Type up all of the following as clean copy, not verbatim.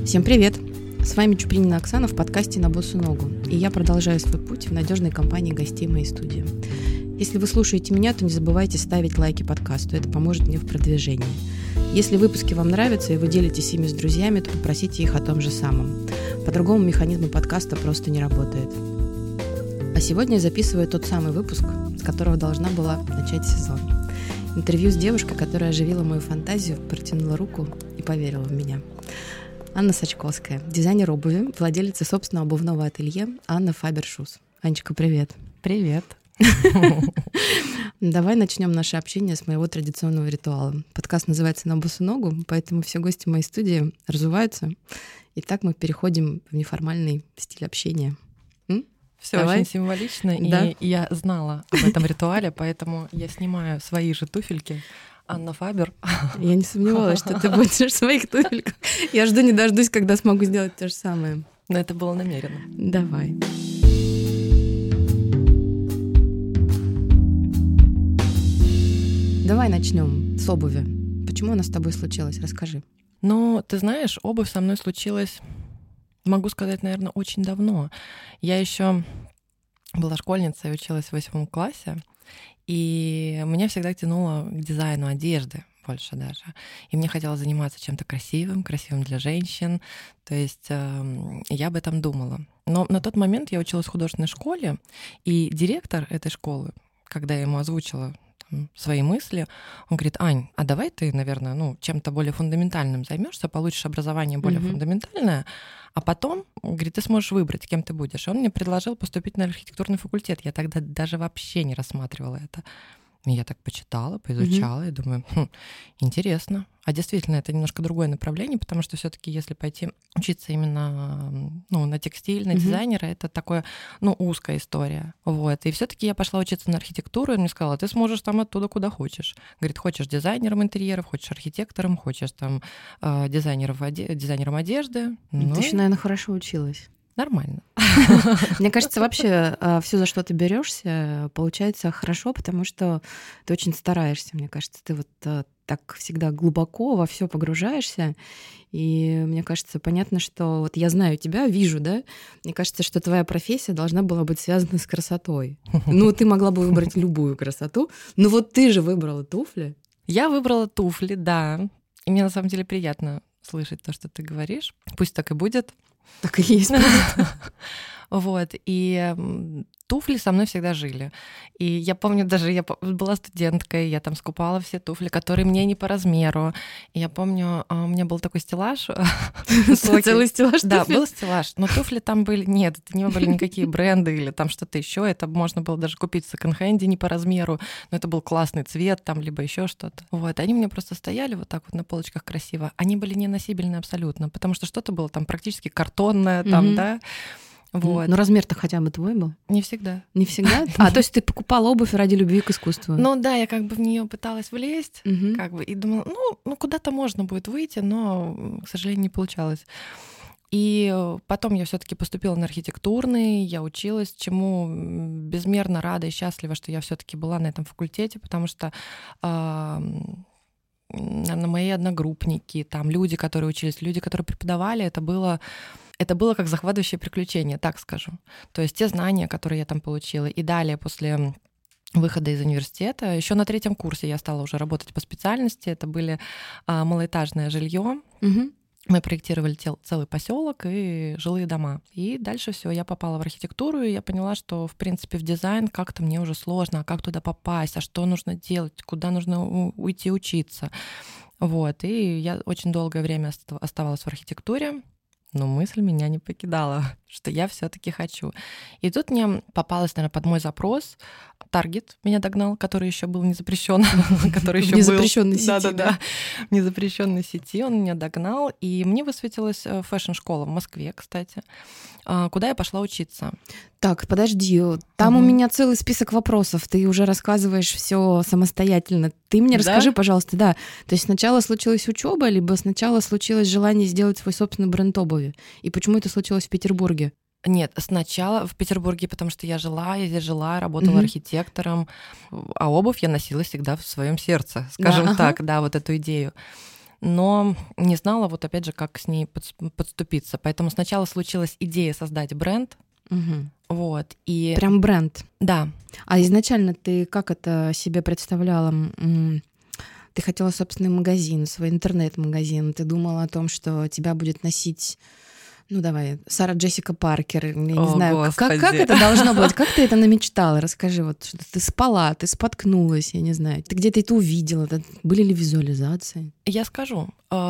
Всем привет! С вами Чупринина Оксана в подкасте «На босу ногу», и я продолжаю свой путь в надежной компании гостей моей студии. Если вы слушаете меня, то не забывайте ставить лайки подкасту, это поможет мне в продвижении. Если выпуски вам нравятся и вы делитесь ими с друзьями, то попросите их о том же самом. По-другому механизм подкаста просто не работает. А сегодня я записываю тот самый выпуск, с которого должна была начать сезон. Интервью с девушкой, которая оживила мою фантазию, протянула руку и поверила в меня. Анна Сачковская, дизайнер обуви, владелица собственного обувного ателье Анна Faber Shoes. Анечка, привет. Привет. Давай начнем наше общение с моего традиционного ритуала. Подкаст называется «На босу ногу», поэтому все гости моей студии разуваются. И так мы переходим в неформальный стиль общения. Все очень символично, да? И я знала об этом ритуале, поэтому я снимаю свои же туфельки. Анна Фабер. Я не сомневалась, что ты будешь в своих туфельках. Я жду не дождусь, когда смогу сделать то же самое. Но это было намеренно. Давай. Давай начнем с обуви. Почему она с тобой случилась? Расскажи. Ну, ты знаешь, обувь со мной случилась, могу сказать, наверное, очень давно. Я еще была школьницей и училась в 8 классе, и меня всегда тянуло к дизайну одежды больше даже. И мне хотелось заниматься чем-то красивым для женщин. То есть я об этом думала. Но на тот момент я училась в художественной школе, и директор этой школы, когда я ему озвучила свои мысли, он говорит: Ань, а давай ты, наверное, чем-то более фундаментальным займешься, получишь образование более фундаментальное, а потом, говорит, ты сможешь выбрать, кем ты будешь. И он мне предложил поступить на архитектурный факультет. Я тогда даже вообще не рассматривала это. И я так почитала, поизучала, и думаю, интересно. А действительно, это немножко другое направление, потому что все-таки, если пойти учиться именно на текстиль, на дизайнера, это такое, узкая история. Вот. И все-таки я пошла учиться на архитектуру, и он мне сказал: ты сможешь там оттуда куда хочешь. Говорит, хочешь дизайнером интерьеров, хочешь архитектором, хочешь там дизайнером одежды. Ты еще, наверное, хорошо училась. Нормально. Мне кажется, вообще все, за что ты берешься, получается хорошо, потому что ты очень стараешься. Мне кажется, ты вот так всегда глубоко во все погружаешься. И мне кажется, понятно, что вот я знаю тебя, вижу, да? Мне кажется, что твоя профессия должна была быть связана с красотой. Ты могла бы выбрать любую красоту, но вот ты же выбрала туфли. Я выбрала туфли, да. И мне на самом деле приятно слышать то, что ты говоришь. Пусть так и будет. Так и есть. Вот, и туфли со мной всегда жили. И я помню, даже я была студенткой, я там скупала все туфли, которые мне не по размеру. И я помню, у меня был такой стеллаж. Целый стеллаж? Да, был стеллаж. Но туфли там были... Нет, это не были никакие бренды или там что-то еще. Это можно было даже купить в секонд-хенде не по размеру. Но это был классный цвет там, либо еще что-то. Вот, они мне просто стояли вот так вот на полочках красиво. Они были неносибельны абсолютно, потому что что-то было там практически картонное, там, да. Вот. Но размер-то хотя бы твой был? Не всегда. Не всегда? То есть ты покупала обувь ради любви к искусству? Да, я как бы в нее пыталась влезть, как бы, и думала, куда-то можно будет выйти, но, к сожалению, не получалось. И потом я все-таки поступила на архитектурный, я училась, чему безмерно рада и счастлива, что я все-таки была на этом факультете, потому что мои одногруппники, там люди, которые учились, люди, которые преподавали, это было как захватывающее приключение, так скажу. То есть те знания, которые я там получила, и далее после выхода из университета, еще на 3-м курсе я стала уже работать по специальности. Это были малоэтажное жилье. Мы проектировали целый поселок и жилые дома. И дальше все, я попала в архитектуру, и я поняла, что, в принципе, в дизайн как-то мне уже сложно, а как туда попасть, а что нужно делать, куда нужно уйти учиться. Вот, и я очень долгое время оставалась в архитектуре, но мысль меня не покидала, что я все-таки хочу. И тут мне попалось, наверное, под мой запрос Target меня догнал, который еще был не запрещен, который еще был в незапрещенной сети. Да, в незапрещенной сети он меня догнал, и мне высветилась фэшн-школа в Москве, кстати, куда я пошла учиться. Так, подожди, там у меня целый список вопросов. Ты уже рассказываешь все самостоятельно. Ты мне расскажи, пожалуйста, да. То есть сначала случилась учеба, либо сначала случилось желание сделать свой собственный бренд обуви? И почему это случилось в Петербурге? Нет, сначала в Петербурге, потому что я здесь жила, работала архитектором, а обувь я носила всегда в своем сердце, скажем так, да, вот эту идею. но не знала, вот опять же, как с ней подступиться. Поэтому сначала случилась идея создать бренд. Угу. Вот, и... Прям бренд. Да. А изначально ты как это себе представляла? Ты хотела собственный магазин, свой интернет-магазин. Ты думала о том, что тебя будет носить, ну давай, Сара Джессика Паркер. Я не знаю, как это должно быть? Как ты это намечтала? Расскажи, вот что ты спала, ты споткнулась, я не знаю. Ты где-то это увидела? Были ли визуализации? Я скажу.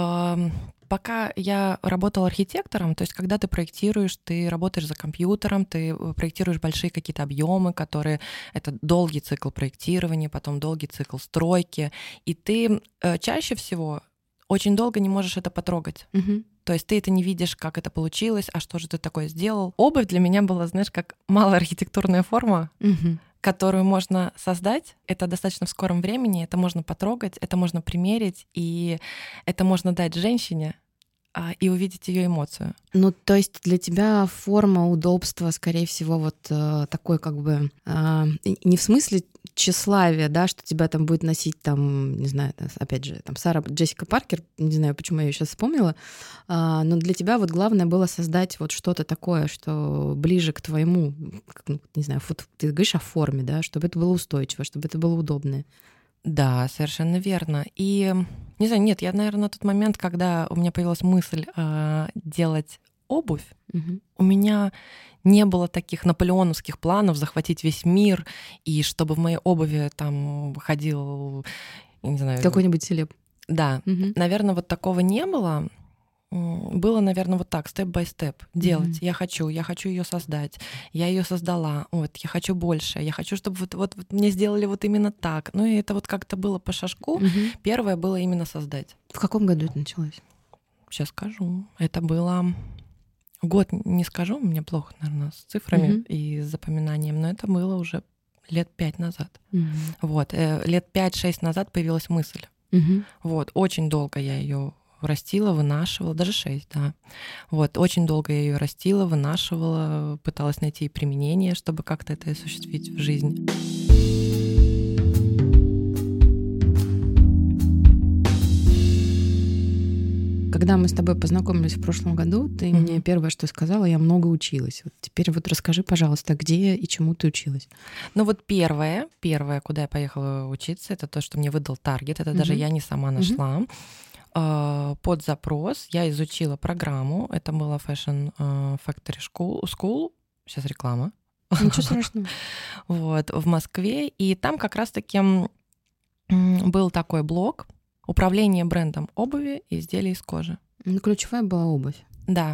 Пока я работала архитектором, то есть когда ты проектируешь, ты работаешь за компьютером, ты проектируешь большие какие-то объемы, которые это долгий цикл проектирования, потом долгий цикл стройки, и ты чаще всего очень долго не можешь это потрогать. Угу. То есть ты это не видишь, как это получилось, а что же ты такое сделал. Обувь для меня была, знаешь, как малая архитектурная форма, которую можно создать. Это достаточно в скором времени, это можно потрогать, это можно примерить, и это можно дать женщине и увидеть ее эмоцию. Ну, то есть для тебя форма, удобства, скорее всего, вот такой как бы не в смысле тщеславия, да, что тебя там будет носить там, не знаю, опять же, там Сара Джессика Паркер, не знаю, почему я ее сейчас вспомнила, но для тебя вот главное было создать вот что-то такое, что ближе к твоему, не знаю, ты говоришь о форме, да, чтобы это было устойчиво, чтобы это было удобное. Да, совершенно верно. И, не знаю, нет, я, наверное, на тот момент, когда у меня появилась мысль делать обувь, у меня не было таких наполеоновских планов захватить весь мир, и чтобы в моей обуви там ходил, я не знаю... Какой-нибудь селеб. Да, наверное, вот такого не было. Было, наверное, вот так, степ-бай-степ делать. Я хочу ее создать. Я ее создала. Вот, я хочу больше. Я хочу, чтобы вот мне сделали вот именно так. Ну и это вот как-то было по шажку. Первое было именно создать. В каком году это началось? Сейчас скажу. Это было... Год не скажу, мне плохо, наверное, с цифрами и с запоминанием, но это было уже лет 5 назад. Вот, лет 5-6 назад появилась мысль. Вот, очень долго я ее растила, вынашивала, даже 6, да. Вот, очень долго я ее растила, вынашивала, пыталась найти применение, чтобы как-то это осуществить в жизнь. Когда мы с тобой познакомились в прошлом году, ты мне первое, что сказала, я много училась. Вот теперь вот расскажи, пожалуйста, где и чему ты училась? Ну вот первое, куда я поехала учиться, это то, что мне выдал Target. Это даже я не сама нашла. Под запрос я изучила программу. Это была Fashion Factory School. Сейчас реклама. Ничего страшного. Вот, в Москве. И там как раз-таки был такой блок «Управление брендом обуви и изделий из кожи». Ну, ключевая была обувь. Да.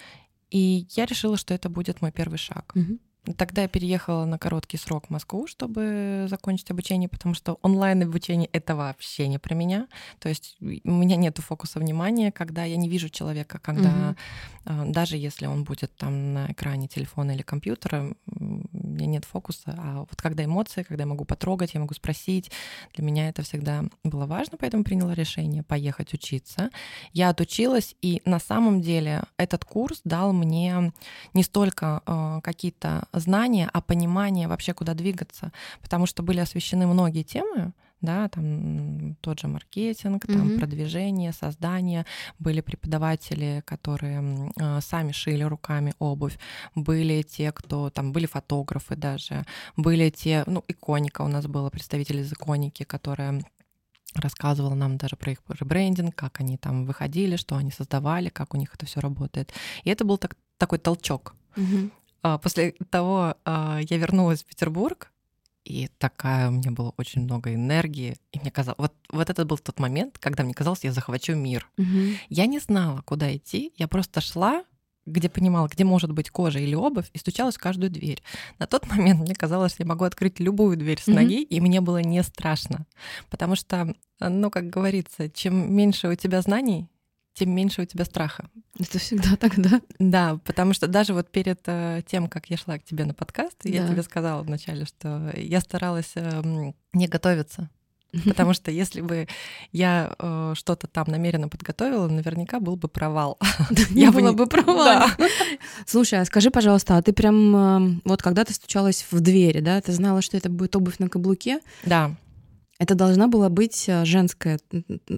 И я решила, что это будет мой первый шаг. Тогда я переехала на короткий срок в Москву, чтобы закончить обучение, потому что онлайн-обучение — это вообще не про меня. То есть у меня нет фокуса внимания, когда я не вижу человека, когда даже если он будет там на экране телефона или компьютера, у меня нет фокуса. А вот когда эмоции, когда я могу потрогать, я могу спросить, для меня это всегда было важно, поэтому приняла решение поехать учиться. Я отучилась, и на самом деле этот курс дал мне не столько какие-то знания, а понимание вообще, куда двигаться, потому что были освещены многие темы, да, там тот же маркетинг, там продвижение, создание, были преподаватели, которые сами шили руками обувь, были те, кто там, были фотографы даже, были те, ну, Иконика у нас было, представители из Иконики, которая рассказывала нам даже про их ребрендинг, как они там выходили, что они создавали, как у них это все работает. И это был такой толчок. После того я вернулась в Петербург, и такая у меня было очень много энергии. И мне казалось, вот это был тот момент, когда мне казалось, я захвачу мир. Я не знала, куда идти, я просто шла, где понимала, где может быть кожа или обувь, и стучалась в каждую дверь. На тот момент мне казалось, что я могу открыть любую дверь с ноги, и мне было не страшно. Потому что, ну, как говорится, чем меньше у тебя знаний, тем меньше у тебя страха. Это всегда так, да? Да, потому что даже вот перед тем, как я шла к тебе на подкаст, я тебе сказала вначале, что я старалась не готовиться. Потому что если бы я что-то там намеренно подготовила, наверняка был бы провал. Я была бы провал. Слушай, а скажи, пожалуйста, а ты прям вот когда ты стучалась в двери, да, ты знала, что это будет обувь на каблуке? Да. Это должна была быть женская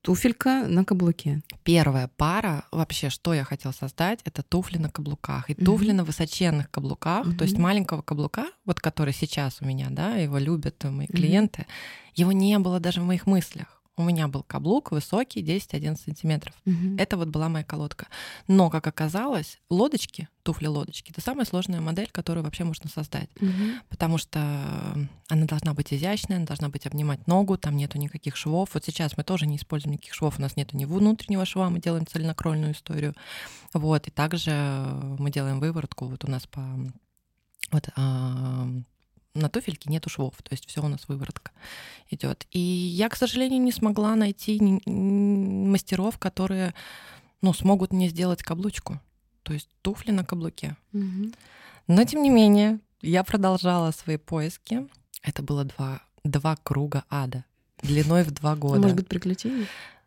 туфелька на каблуке. Первая пара, вообще, что я хотела создать, это туфли на каблуках. И туфли на высоченных каблуках, то есть маленького каблука, вот который сейчас у меня, да, его любят мои клиенты, его не было даже в моих мыслях. У меня был каблук высокий, 10-11 сантиметров. Это вот была моя колодка. Но, как оказалось, лодочки, туфли-лодочки, это самая сложная модель, которую вообще можно создать. Потому что она должна быть изящная, она должна быть обнимать ногу, там нету никаких швов. Вот сейчас мы тоже не используем никаких швов, у нас нету ни внутреннего шва, мы делаем цельнокрольную историю. Вот, и также мы делаем выворотку. Вот у нас на туфельке нету швов, то есть все у нас выворотка идет. И я, к сожалению, не смогла найти мастеров, которые, смогут мне сделать каблучку, то есть туфли на каблуке. Но тем не менее, я продолжала свои поиски. Это было два круга ада длиной в 2 года. Может быть, приключения?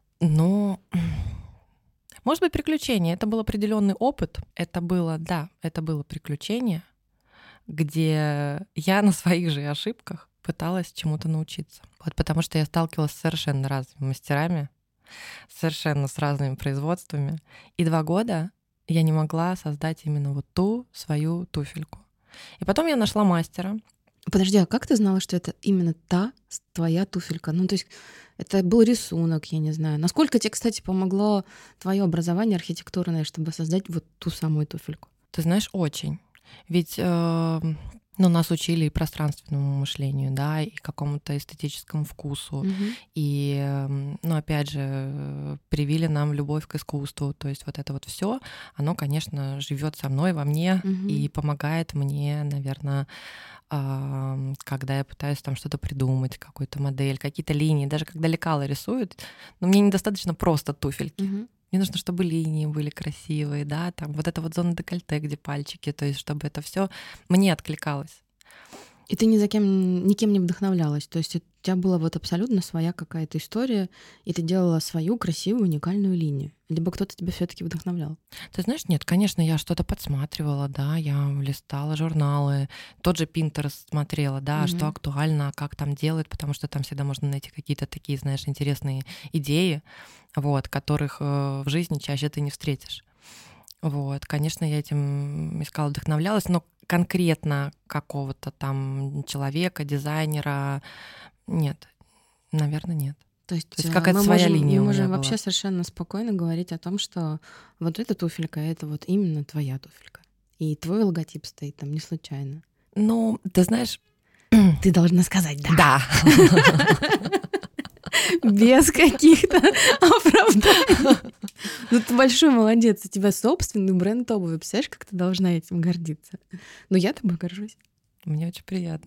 Может быть, приключения. Это был определенный опыт. Это было приключение, где я на своих же ошибках пыталась чему-то научиться. Вот потому что я сталкивалась с совершенно разными мастерами, совершенно с разными производствами. И 2 года я не могла создать именно вот ту свою туфельку. И потом я нашла мастера. Подожди, а как ты знала, что это именно та твоя туфелька? То есть это был рисунок, я не знаю. Насколько тебе, кстати, помогло твое образование архитектурное, чтобы создать вот ту самую туфельку? Ты знаешь, очень. Ведь нас учили и пространственному мышлению, да, и какому-то эстетическому вкусу. И, опять же, привили нам любовь к искусству. То есть вот это вот все, оно, конечно, живет со мной, во мне и помогает мне, наверное, когда я пытаюсь там что-то придумать, какую-то модель, какие-то линии. Даже когда лекала рисуют, мне недостаточно просто туфельки. Мне нужно, чтобы линии были красивые, да, там вот эта вот зона декольте, где пальчики, то есть чтобы это все мне откликалось. И ты никем не вдохновлялась? То есть у тебя была вот абсолютно своя какая-то история, и ты делала свою красивую, уникальную линию? Либо кто-то тебя все таки вдохновлял? Ты знаешь, нет, конечно, я что-то подсматривала, да, я листала журналы, тот же Pinterest смотрела, да, что актуально, как там делать, потому что там всегда можно найти какие-то такие, знаешь, интересные идеи, вот, которых в жизни чаще ты не встретишь. Вот, конечно, я этим искала, вдохновлялась, но конкретно какого-то там человека, дизайнера нет, наверное, нет. То есть какая-то своя линия у меня мы можем была. вообще совершенно спокойно говорить о том, что вот эта туфелька — это вот именно твоя туфелька. И твой логотип стоит там не случайно. Ты знаешь... Ты должна сказать «да». Да. Без каких-то оправданий. Ты большой молодец, у тебя собственный бренд обуви. Представляешь, как ты должна этим гордиться? Я тобой горжусь. Мне очень приятно.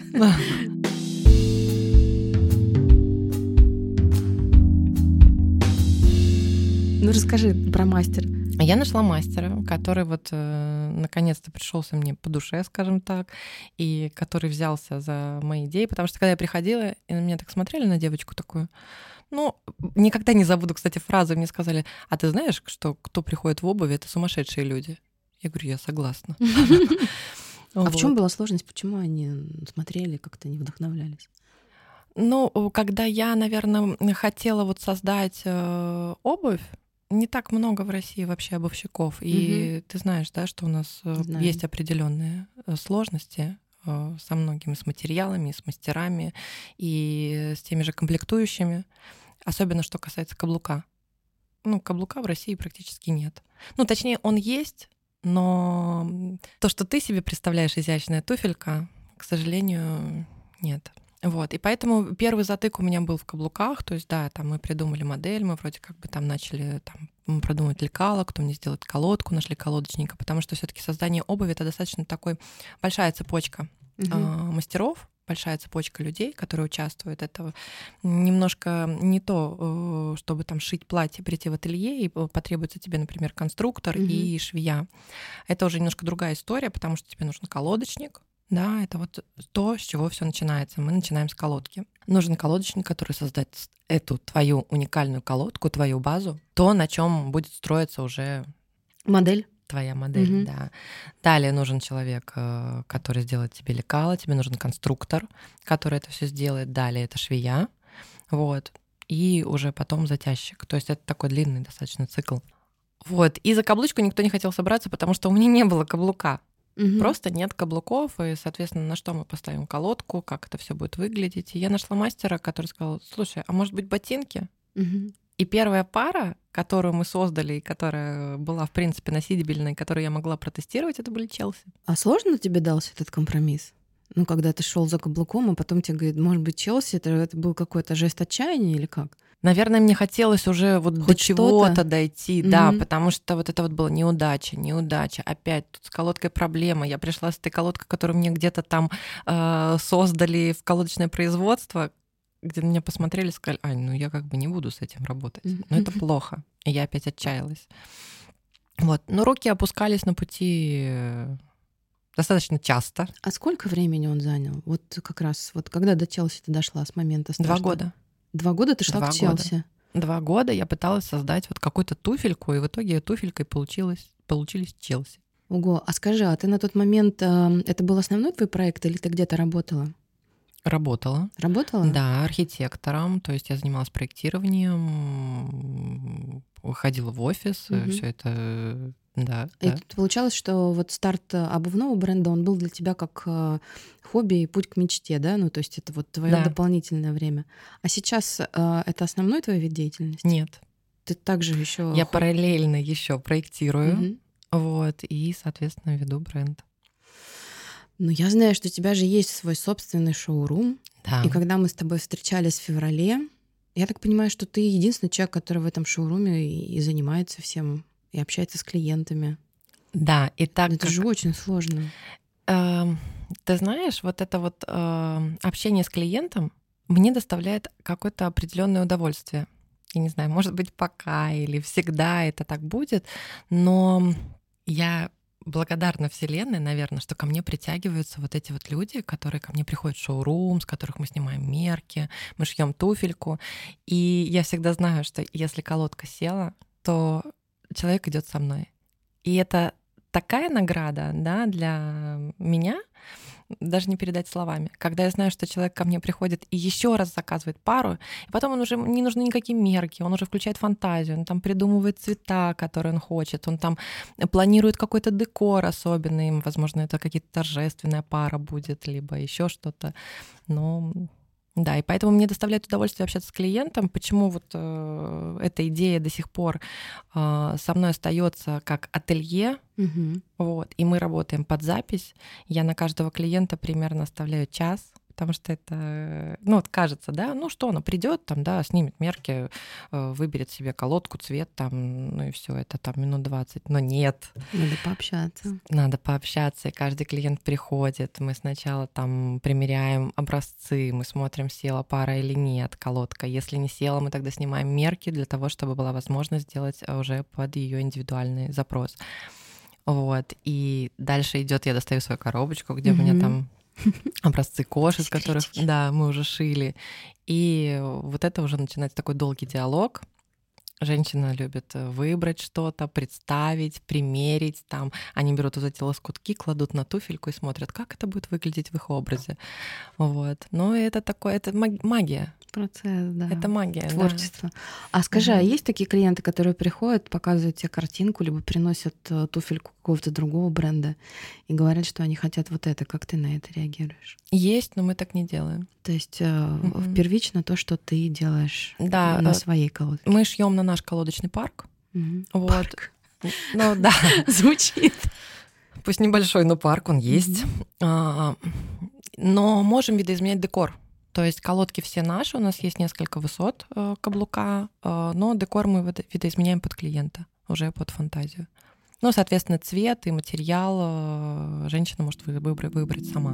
Расскажи про мастера. Я нашла мастера, который вот наконец-то пришелся мне по душе, скажем так, и который взялся за мои идеи, потому что когда я приходила, и на меня так смотрели, на девочку такую, никогда не забуду, кстати, фразу, мне сказали: а ты знаешь, что кто приходит в обуви, это сумасшедшие люди? Я говорю: я согласна. А в чем была сложность? Почему они смотрели, как-то не вдохновлялись? Когда я, наверное, хотела вот создать обувь, не так много в России вообще обувщиков. И ты знаешь, да, что у нас есть определенные сложности со многими, с материалами, с мастерами и с теми же комплектующими. Особенно, что касается каблука. Каблука в России практически нет. Точнее, он есть, но то, что ты себе представляешь, изящная туфелька, к сожалению, нет. Вот, и поэтому первый затык у меня был в каблуках, то есть, да, там мы придумали модель, мы вроде как бы там начали продумать лекало, кто мне сделает колодку, нашли колодочника, потому что все-таки создание обуви — это достаточно такой большая цепочка мастеров, большая цепочка людей, которые участвуют. Это немножко не то, чтобы там шить платье, прийти в ателье, и потребуется тебе, например, конструктор и швея. Это уже немножко другая история, потому что тебе нужен колодочник. Да, это вот то, с чего все начинается. Мы начинаем с колодки. Нужен колодочник, который создаст эту твою уникальную колодку, твою базу, то, на чем будет строиться уже модель. Твоя модель, да. Далее нужен человек, который сделает тебе лекало, тебе нужен конструктор, который это все сделает. Далее это швея. Вот. и уже потом затяжщик. То есть это такой длинный достаточно цикл. Вот. И за каблучку никто не хотел собраться, потому что у меня не было каблука. Просто нет каблуков, и, соответственно, на что мы поставим колодку, как это все будет выглядеть. И я нашла мастера, который сказал: слушай, а может быть ботинки? И первая пара, которую мы создали, и которая была, в принципе, носибельной, которую я могла протестировать, это были Челси. А сложно тебе дался этот компромисс? Ну, когда ты шел за каблуком, а потом тебе говорят, может быть, Челси, это был какой-то жест отчаяния или как? Наверное, мне хотелось уже вот Хоть до чего-то что-то? дойти, да, потому что вот это вот было неудача. Опять тут с колодкой проблема. Я пришла с этой колодкой, которую мне где-то там создали в колодочное производство, где на меня посмотрели и сказали: Ань, ну я как бы не буду с этим работать. Но это плохо. И я опять отчаялась. Вот. Но руки опускались на пути достаточно часто. А сколько времени он занял? Вот как раз, вот когда до Челси ты дошла с момента старта? 2 года. 2 года ты шла к Челси? 2 года я пыталась создать вот какую-то туфельку, и в итоге туфелькой получились Челси. Ого, а скажи, а ты на тот момент, это был основной твой проект или ты где-то работала? Работала. Работала? Да, архитектором, то есть я занималась проектированием, ходила в офис, все это, да. И тут получалось, что вот старт обувного бренда, он был для тебя как хобби и путь к мечте, да? Ну, то есть это вот твое дополнительное время. А сейчас это основной твой вид деятельности? Нет. Ты также еще. Я параллельно еще проектирую, вот, и, соответственно, веду бренд. Ну, я знаю, что у тебя же есть свой собственный шоурум. Да. И когда мы с тобой встречались в феврале, я так понимаю, что ты единственный человек, который в этом шоуруме и занимается всем, и общается с клиентами. Да, и так. Это же очень сложно. Ты знаешь, вот это вот общение с клиентом мне доставляет какое-то определенное удовольствие. Я не знаю, может быть, пока или всегда это так будет, но я благодарна Вселенной, наверное, что ко мне притягиваются вот эти вот люди, которые ко мне приходят в шоурум, с которых мы снимаем мерки, мы шьем туфельку. И я всегда знаю, что если колодка села, то человек идет со мной. И это такая награда, да, для меня, даже не передать словами. Когда я знаю, что человек ко мне приходит и еще раз заказывает пару, и потом он уже не нужны никакие мерки, он уже включает фантазию, он там придумывает цвета, которые он хочет, он там планирует какой-то декор особенный, возможно, это какая-то торжественная пара будет, либо еще что-то. Но да, и поэтому мне доставляет удовольствие общаться с клиентом. Почему вот эта идея до сих пор со мной остается как ателье, вот, и мы работаем под запись. Я на каждого клиента примерно оставляю час, потому что это, ну вот кажется, да, ну что, она придет, там, да, снимет мерки, выберет себе колодку, цвет, там, ну и все, это там минут 20. Но нет. Надо пообщаться. Надо пообщаться, и каждый клиент приходит. Мы сначала там примеряем образцы, мы смотрим, села пара или нет колодка. Если не села, мы тогда снимаем мерки для того, чтобы была возможность сделать уже под ее индивидуальный запрос. Вот. И дальше идет, я достаю свою коробочку, где у меня там образцы кожи, из которых, да, мы уже шили. И вот это уже начинается такой долгий диалог. Женщина любит выбрать что-то, представить, примерить. Там они берут вот эти лоскутки, кладут на туфельку и смотрят, как это будет выглядеть в их образе. Вот. Но это такое, это магия. Процесс, да. Это магия, творчество. Да. А скажи, а есть такие клиенты, которые приходят, показывают тебе картинку, либо приносят туфельку какого-то другого бренда и говорят, что они хотят вот это? Как ты на это реагируешь? Есть, но мы так не делаем. То есть первично то, что ты делаешь на своей колодке. Мы шьем на наш колодочный парк. Вот. Парк. Ну да. Звучит. Пусть небольшой, но парк он есть. Но можем видоизменять декор. То есть колодки все наши, у нас есть несколько высот каблука, но декор мы видоизменяем под клиента, уже под фантазию. Ну, соответственно, цвет и материал женщина может выбрать сама.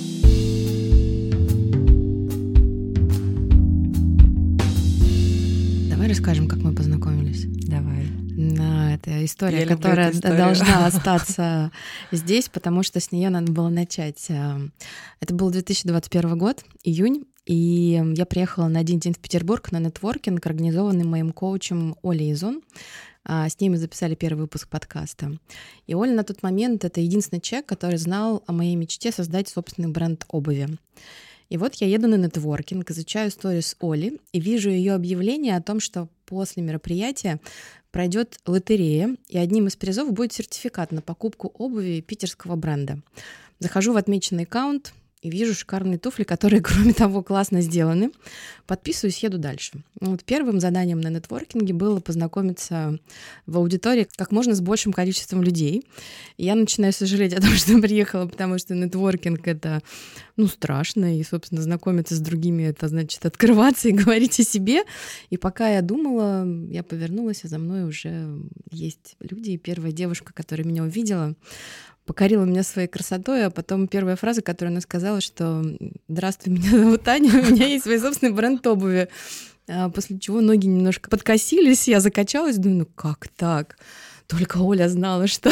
Давай расскажем, как мы познакомились. Давай. Это история, которая должна остаться здесь, потому что с нее надо было начать. Это был 2021 год, июнь, и я приехала на один день в Петербург на нетворкинг, организованный моим коучем Олей Изон. С ней мы записали первый выпуск подкаста. И Оля на тот момент — это единственный человек, который знал о моей мечте создать собственный бренд обуви. И вот я еду на нетворкинг, изучаю сторис Оли и вижу ее объявление о том, что после мероприятия пройдет лотерея, и одним из призов будет сертификат на покупку обуви питерского бренда. Захожу в отмеченный аккаунт и вижу шикарные туфли, которые, кроме того, классно сделаны. Подписываюсь, еду дальше. Вот первым заданием на нетворкинге было познакомиться в аудитории как можно с большим количеством людей. И я начинаю сожалеть о том, что приехала, потому что нетворкинг — это, страшно, и, собственно, знакомиться с другими — это значит открываться и говорить о себе. И пока я думала, я повернулась, а за мной уже есть люди. И первая девушка, которая меня увидела, покорила меня своей красотой, а потом первая фраза, которую она сказала, что «Здравствуй, меня зовут Аня, у меня есть свой собственный бренд обуви». После чего ноги немножко подкосились, я закачалась, думаю, как так? Только Оля знала, что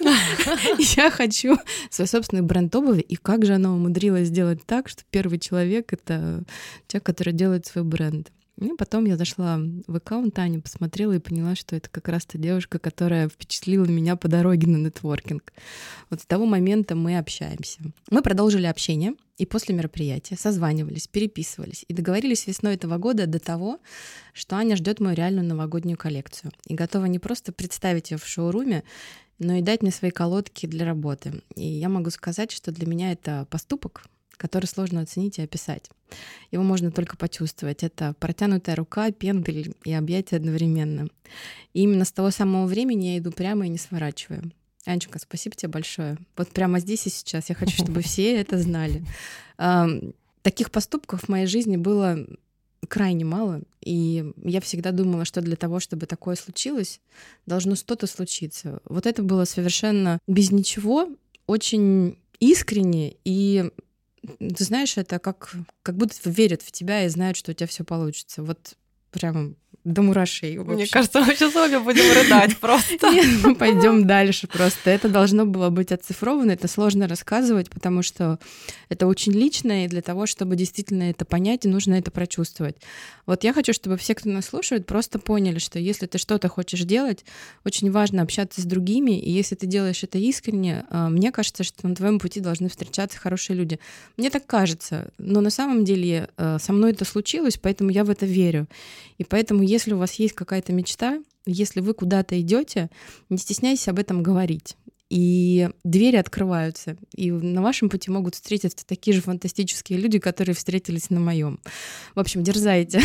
я хочу свой собственный бренд обуви, и как же она умудрилась сделать так, что первый человек — это человек, который делает свой бренд. И потом я зашла в аккаунт Ани, посмотрела и поняла, что это как раз та девушка, которая впечатлила меня по дороге на нетворкинг. Вот с того момента мы общаемся. Мы продолжили общение, и после мероприятия созванивались, переписывались и договорились весной этого года до того, что Аня ждет мою реальную новогоднюю коллекцию и готова не просто представить ее в шоуруме, но и дать мне свои колодки для работы. И я могу сказать, что для меня это поступок, который сложно оценить и описать. Его можно только почувствовать. Это протянутая рука, пендель и объятия одновременно. И именно с того самого времени я иду прямо и не сворачиваю. Анечка, спасибо тебе большое. Вот прямо здесь и сейчас я хочу, чтобы все это знали. Таких поступков в моей жизни было крайне мало, и я всегда думала, что для того, чтобы такое случилось, должно что-то случиться. Вот это было совершенно без ничего, очень искренне, и ты знаешь, это как будто верят в тебя и знают, что у тебя все получится. Вот прям до мурашей. Мне кажется, мы сейчас обе будем рыдать просто. Нет, мы пойдем дальше просто. Это должно было быть оцифровано, это сложно рассказывать, потому что это очень личное, и для того, чтобы действительно это понять, нужно это прочувствовать. Вот я хочу, чтобы все, кто нас слушает, просто поняли, что если ты что-то хочешь делать, очень важно общаться с другими, и если ты делаешь это искренне, мне кажется, что на твоем пути должны встречаться хорошие люди. Мне так кажется, но на самом деле со мной это случилось, поэтому я в это верю. И поэтому, если у вас есть какая-то мечта, если вы куда-то идете, не стесняйтесь об этом говорить. И двери открываются. И на вашем пути могут встретиться такие же фантастические люди, которые встретились на моем. В общем, дерзайте.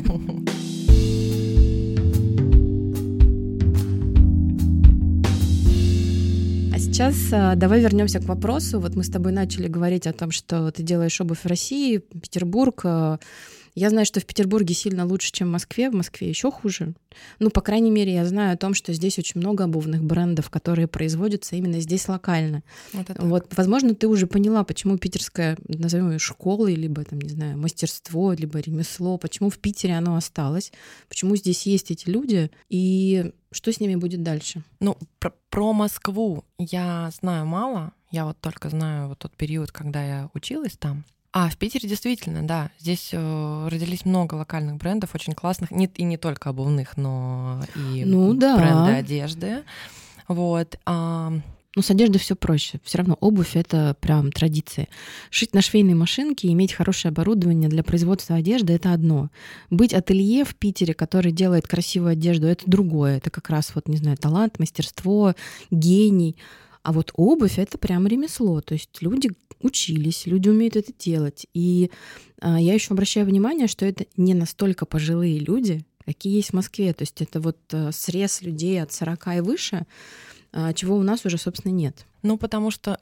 А сейчас давай вернемся к вопросу. Вот мы с тобой начали говорить о том, что ты делаешь обувь в России, Петербург. Я знаю, что в Петербурге сильно лучше, чем в Москве еще хуже. По крайней мере, я знаю о том, что здесь очень много обувных брендов, которые производятся именно здесь локально. Вот, возможно, ты уже поняла, почему питерская, назовем ее школой, либо, там, не знаю, мастерство, либо ремесло, почему в Питере оно осталось, почему здесь есть эти люди, и что с ними будет дальше. Про Москву я знаю мало. Я вот только знаю вот тот период, когда я училась там. А в Питере действительно, да, здесь родились много локальных брендов, очень классных, и не только обувных, но и бренды одежды. Вот. С одеждой все проще. Все равно обувь — это прям традиция. Шить на швейной машинке и иметь хорошее оборудование для производства одежды — это одно. Быть ателье в Питере, который делает красивую одежду — это другое. Это как раз талант, мастерство, гений. А вот обувь — это прям ремесло. То есть люди учились, люди умеют это делать. И я еще обращаю внимание, что это не настолько пожилые люди, какие есть в Москве. То есть это вот срез людей от 40 и выше, чего у нас уже, собственно, нет. Потому что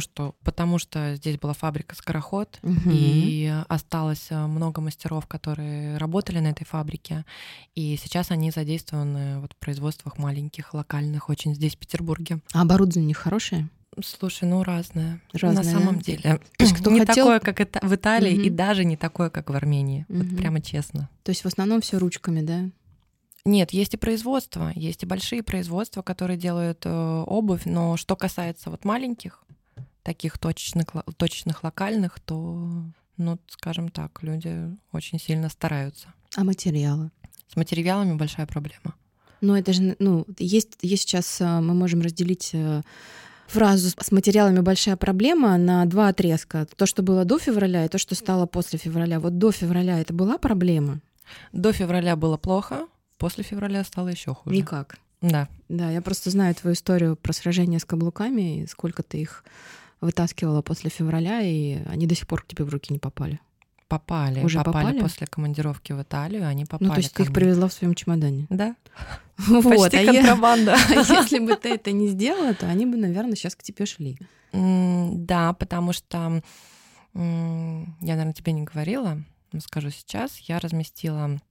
здесь была фабрика «Скороход», и осталось много мастеров, которые работали на этой фабрике, и сейчас они задействованы в производствах маленьких, локальных, очень здесь, в Петербурге. А оборудование у них хорошее? Слушай, разное. На самом деле. То есть кто не хотел... такое, как в Италии, и даже не такое, как в Армении. Вот прямо честно. То есть в основном все ручками, да? Нет, есть и производства, есть и большие производства, которые делают обувь, но что касается маленьких, таких точечных локальных, то, скажем так, люди очень сильно стараются. А материалы? С материалами большая проблема. Это же, есть сейчас мы можем разделить фразу «с материалами большая проблема» на два отрезка. То, что было до февраля, и то, что стало после февраля. Вот до февраля это была проблема? До февраля было плохо, после февраля стало еще хуже. Никак. Да. Да, я просто знаю твою историю про сражение с каблуками, и сколько ты их вытаскивала после февраля, и они до сих пор к тебе в руки не попали. Уже попали после командировки в Италию, они попали. Ну, то есть ты их привезла в своем чемодане? Да. Вот. Почти контрабанда. А если бы ты это не сделала, то они бы, наверное, сейчас к тебе шли. Да, потому что я, наверное, тебе не говорила, но скажу сейчас, я разместила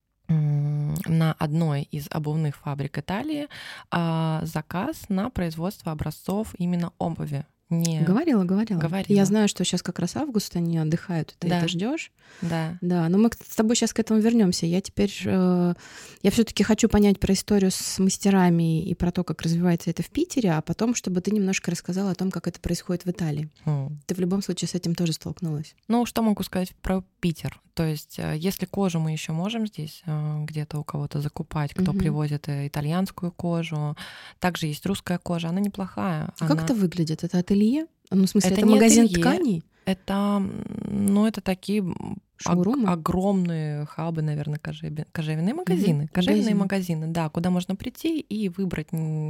на одной из обувных фабрик Италии заказ на производство образцов именно обуви. Говорила. Я знаю, что сейчас как раз август, они отдыхают, ты это ждешь. Да. Да, но мы с тобой сейчас к этому вернемся. Я теперь я все-таки хочу понять про историю с мастерами и про то, как развивается это в Питере, а потом, чтобы ты немножко рассказала о том, как это происходит в Италии. Ты в любом случае с этим тоже столкнулась. Ну, что могу сказать про Питер? То есть, если кожу мы еще можем здесь где-то у кого-то закупать, кто привозит итальянскую кожу, также есть русская кожа, она неплохая. Как это выглядит? Это ателье? Ну, в смысле, это магазин тканей? Это такие огромные хабы, наверное, кожевенные магазины. Кожевенные магазины, да, куда можно прийти и выбрать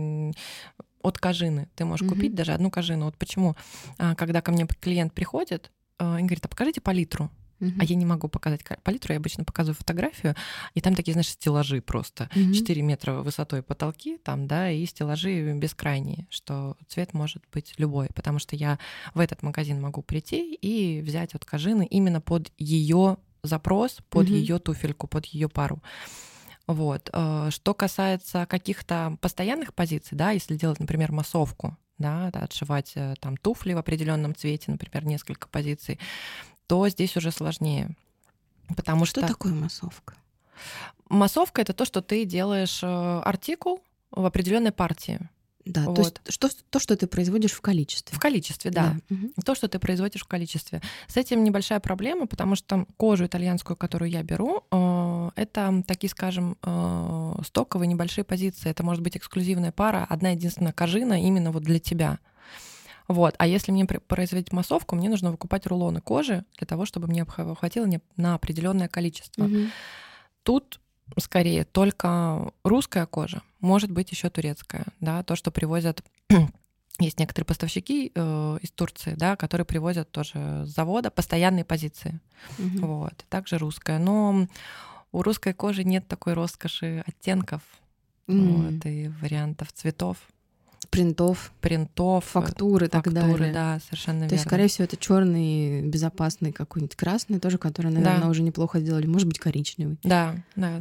от кожины. Ты можешь купить даже одну кожину. Вот почему, когда ко мне клиент приходит и говорит, а покажите палитру. А я не могу показать палитру, я обычно показываю фотографию, и там такие, знаешь, стеллажи просто. 4 метра высотой потолки там, да, и стеллажи бескрайние, что цвет может быть любой, потому что я в этот магазин могу прийти и взять от кожины именно под ее запрос, под ее туфельку, под ее пару. Вот. Что касается каких-то постоянных позиций, да, если делать, например, массовку, да, отшивать там туфли в определенном цвете, например, несколько позиций, то здесь уже сложнее. Потому что такое массовка? Массовка — это то, что ты делаешь артикул в определенной партии. Да, вот. То есть то, что ты производишь в количестве. В количестве, да. То, что ты производишь в количестве. С этим небольшая проблема, потому что кожу итальянскую, которую я беру, это такие, скажем, стоковые небольшие позиции. Это может быть эксклюзивная пара, одна единственная кожина именно вот для тебя. Вот. А если мне производить массовку, мне нужно выкупать рулоны кожи для того, чтобы мне хватило на определенное количество. Тут скорее только русская кожа, может быть еще турецкая, да, то, что привозят. Есть некоторые поставщики из Турции, да, которые привозят тоже с завода постоянные позиции. Вот. Также русская. Но у русской кожи нет такой роскоши оттенков вот, и вариантов цветов. Принтов, фактуры и так далее. Да, совершенно верно. То есть, скорее всего, это черный, безопасный какой-нибудь красный тоже, который, наверное, уже неплохо сделали. Может быть, коричневый. Да.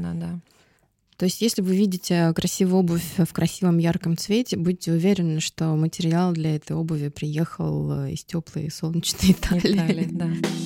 То есть, если вы видите красивую обувь в красивом ярком цвете, будьте уверены, что материал для этой обуви приехал из теплой солнечной Италии. Да.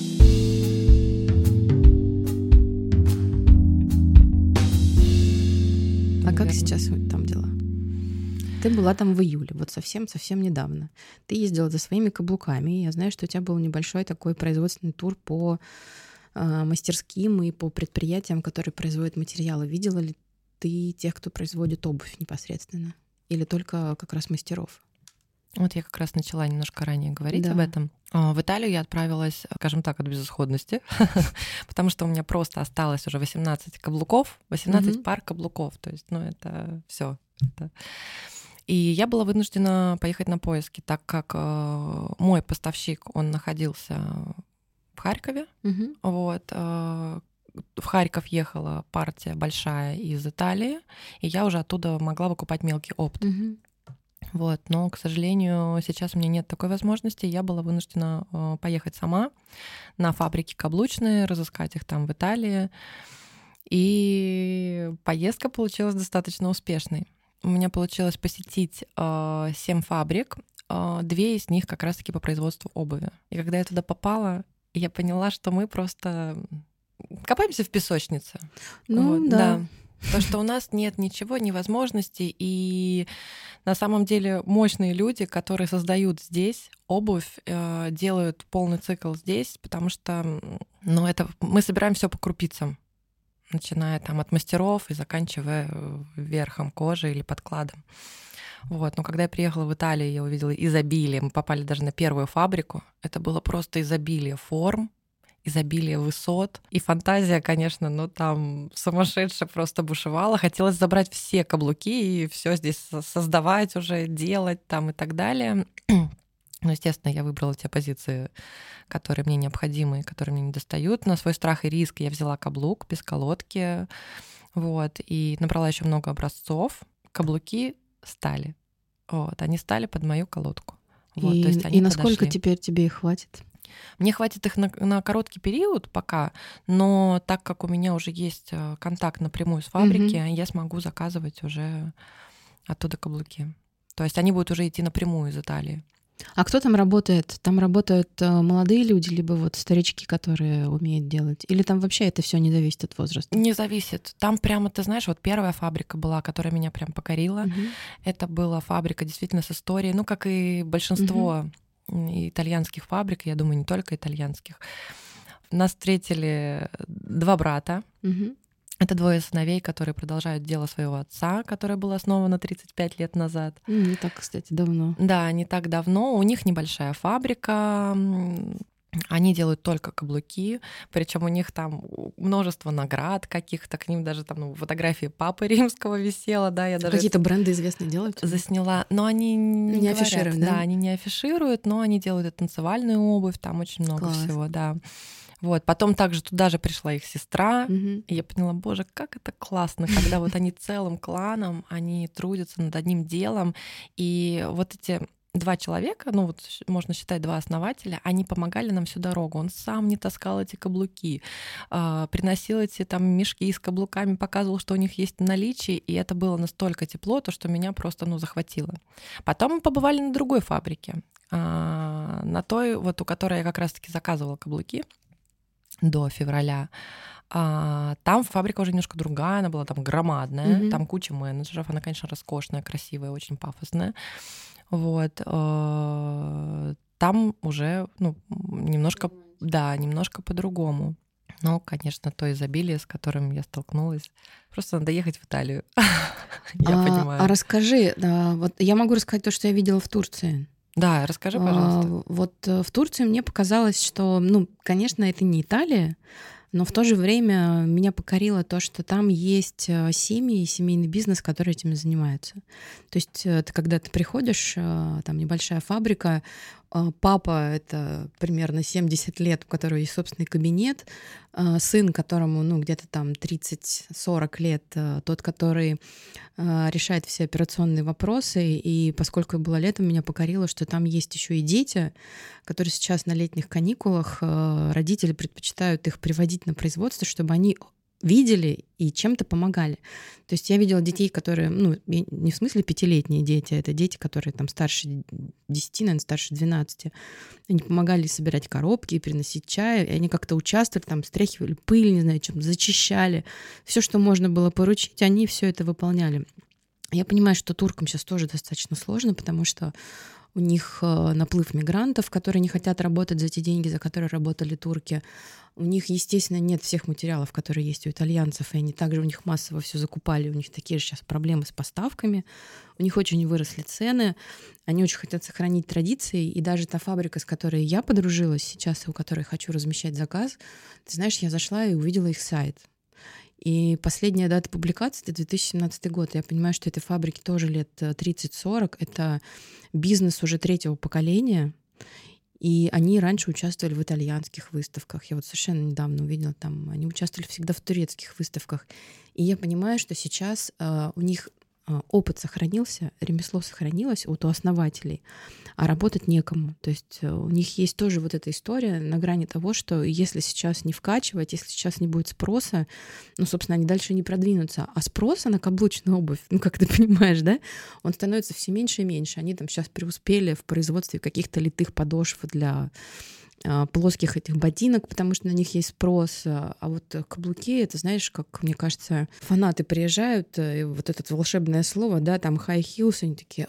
А как сейчас там дела? Ты была там в июле, вот совсем недавно. Ты ездила за своими каблуками, и я знаю, что у тебя был небольшой такой производственный тур по мастерским и по предприятиям, которые производят материалы. Видела ли ты тех, кто производит обувь непосредственно? Или только как раз мастеров? Вот я как раз начала немножко ранее говорить об этом. В Италию я отправилась, скажем так, от безысходности, потому что у меня просто осталось уже 18 каблуков, 18 пар каблуков. То есть, это все. И я была вынуждена поехать на поиски, так как мой поставщик, он находился в Харькове. Вот. В Харьков ехала партия большая из Италии, и я уже оттуда могла выкупать мелкий опт. Вот. Но, к сожалению, сейчас у меня нет такой возможности. Я была вынуждена поехать сама на фабрики каблучные, разыскать их там в Италии. И поездка получилась достаточно успешной. У меня получилось посетить 7 фабрик, 2 из них как раз-таки по производству обуви. И когда я туда попала, я поняла, что мы просто копаемся в песочнице. Да. То, что у нас нет ничего, ни возможностей, и на самом деле мощные люди, которые создают здесь обувь, делают полный цикл здесь, потому что это мы собираем все по крупицам. начиная там от мастеров и заканчивая верхом кожи или подкладом. Вот. Но когда я приехала в Италию, я увидела изобилие. Мы попали даже на первую фабрику. Это было просто изобилие форм, изобилие высот. И фантазия, конечно, ну там сумасшедшая просто бушевала. Хотелось забрать все каблуки и все здесь создавать уже, делать там и так далее. Но, естественно, я выбрала те позиции, которые мне необходимы, которые мне не достают. На свой страх и риск я взяла каблук без колодки, вот, и набрала еще много образцов. Каблуки стали. Вот, они стали под мою колодку. Вот, И, то есть они и насколько подошли. теперь тебе их хватит? Мне хватит их на короткий период пока, но так как у меня уже есть контакт напрямую с фабрики, я смогу заказывать уже оттуда каблуки. То есть они будут уже идти напрямую из Италии. А кто там работает? Там работают молодые люди, либо вот старички, которые умеют делать? Или там вообще это все не зависит от возраста? Не зависит. Там прямо, ты знаешь, вот первая фабрика была, которая меня прям покорила. Это была фабрика действительно с историей, ну, как и большинство итальянских фабрик, я думаю, не только итальянских. Нас встретили два брата. Это двое сыновей, которые продолжают дело своего отца, которое было основано 35 лет назад. Не так, кстати, давно. Да, не так давно. У них небольшая фабрика. Они делают только каблуки, причем у них там множество наград каких-то, к ним даже там фотографии Папы Римского висела, да, я даже какие-то бренды известные делают? засняла, но они не афишируют, да? Да, они не афишируют, но они делают и танцевальную обувь, там очень много всего, да. Вот. Потом также туда же пришла их сестра, и я поняла, боже, как это классно, когда вот они целым кланом, они трудятся над одним делом, и вот эти два человека, ну вот можно считать два основателя, они помогали нам всю дорогу. Он сам не таскал эти каблуки, приносил эти там мешки с каблуками, показывал, что у них есть в наличии, и это было настолько тепло, то, что меня просто, захватило. Потом мы побывали на другой фабрике, на той, вот у которой я как раз-таки заказывала каблуки до февраля. Там фабрика уже немножко другая, она была там громадная, там куча менеджеров, она, конечно, роскошная, красивая, очень пафосная. Вот. Там уже, немножко по-другому. Но, конечно, то изобилие, с которым я столкнулась, просто надо ехать в Италию. Я понимаю. А расскажи, вот я могу рассказать то, что я видела в Турции. Да, расскажи, пожалуйста. Вот в Турции мне показалось, что, конечно, это не Италия, но в то же время меня покорило то, что там есть семьи и семейный бизнес, который этим занимается. То есть когда ты приходишь, там небольшая фабрика, папа — это примерно 70 лет, у которого есть собственный кабинет, сын, которому где-то там 30-40 лет, тот, который решает все операционные вопросы. И поскольку было летом, меня покорило, что там есть еще и дети, которые сейчас на летних каникулах, родители предпочитают их приводить на производство, чтобы они видели и чем-то помогали. То есть я видела детей, которые, не в смысле 5-летние дети, а это дети, которые там старше 10, наверное, старше 12. Они помогали собирать коробки, приносить чай, и они как-то участвовали, там, стряхивали пыль, не знаю, чем-то зачищали. Все, что можно было поручить, они все это выполняли. Я понимаю, что туркам сейчас тоже достаточно сложно, потому что у них наплыв мигрантов, которые не хотят работать за те деньги, за которые работали турки. У них, естественно, нет всех материалов, которые есть у итальянцев, и они также у них массово все закупали. У них такие же сейчас проблемы с поставками. У них очень выросли цены. Они очень хотят сохранить традиции. И даже та фабрика, с которой я подружилась сейчас, и у которой хочу размещать заказ, ты знаешь, я зашла и увидела их сайт. И последняя дата публикации — это 2017 год. Я понимаю, что этой фабрике тоже лет 30-40. Это бизнес уже третьего поколения. И они раньше участвовали в итальянских выставках. Я вот совершенно недавно увидела там, они участвовали всегда в турецких выставках. И я понимаю, что сейчас у них опыт сохранился, ремесло сохранилось у основателей, а работать некому. То есть у них есть тоже вот эта история на грани того, что если сейчас не вкачивать, если сейчас не будет спроса, собственно, они дальше не продвинутся. А спроса на каблучную обувь, как ты понимаешь, да, он становится все меньше и меньше. Они там сейчас преуспели в производстве каких-то литых подошв для плоских этих ботинок, потому что на них есть спрос. А вот каблуки, это, знаешь, как, мне кажется, фанаты приезжают, и вот это волшебное слово, да, там high heels, они такие: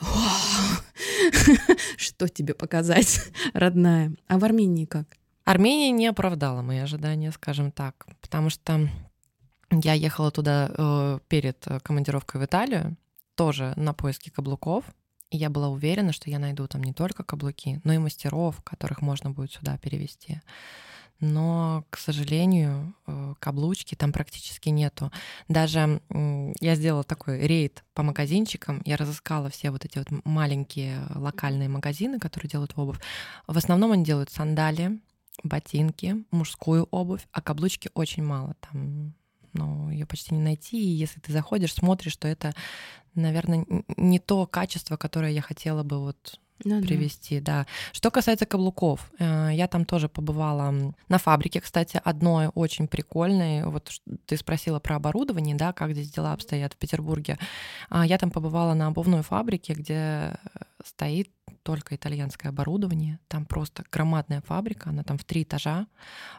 что тебе показать, родная? А в Армении как? Армения не оправдала мои ожидания, скажем так, потому что Я ехала туда перед командировкой в Италию, тоже на поиски каблуков. И я была уверена, что я найду там не только каблуки, но и мастеров, которых можно будет сюда перевести. Но, к сожалению, каблучки там практически нету. Даже я сделала такой рейд по магазинчикам, я разыскала все вот эти вот маленькие локальные магазины, которые делают обувь. В основном они делают сандалии, ботинки, мужскую обувь, а каблучки очень мало. Там, ее почти не найти. И если ты заходишь, смотришь, что это, наверное, не то качество, которое я хотела бы вот привести, да. Что касается каблуков, я там тоже побывала на фабрике, кстати, одной очень прикольной. Вот ты спросила про оборудование, да, как здесь дела обстоят в Петербурге. Я там побывала на обувной фабрике, где стоит только итальянское оборудование. Там просто громадная фабрика, она там в 3 этажа.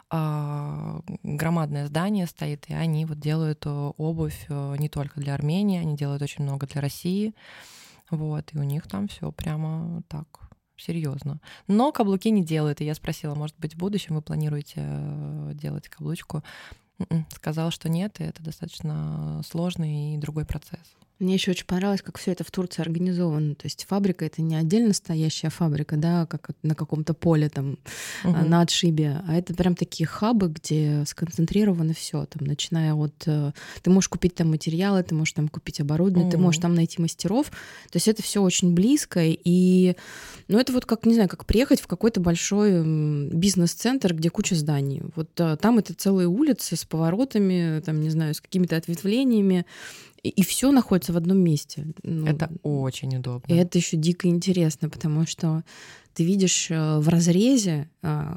Громадное здание стоит, и они вот делают обувь не только для Армении, они делают очень много для России. Вот, и у них там все прямо так серьезно. Но каблуки не делают. И я спросила, может быть, в будущем вы планируете делать каблучку? Сказал, что нет, и это достаточно сложный и другой процесс. Мне еще очень понравилось, как все это в Турции организовано. То есть фабрика — это не отдельно стоящая фабрика, да, как на каком-то поле там на отшибе, а это прям такие хабы, где сконцентрировано все, там, начиная от... Ты можешь купить там материалы, ты можешь там купить оборудование, ты можешь там найти мастеров. То есть это все очень близко, и это вот как, не знаю, как приехать в какой-то большой бизнес-центр, где куча зданий. Вот там это целые улицы с поворотами, там, не знаю, с какими-то ответвлениями, и все находится в одном месте. Это очень удобно. И это еще дико интересно, потому что ты видишь в разрезе,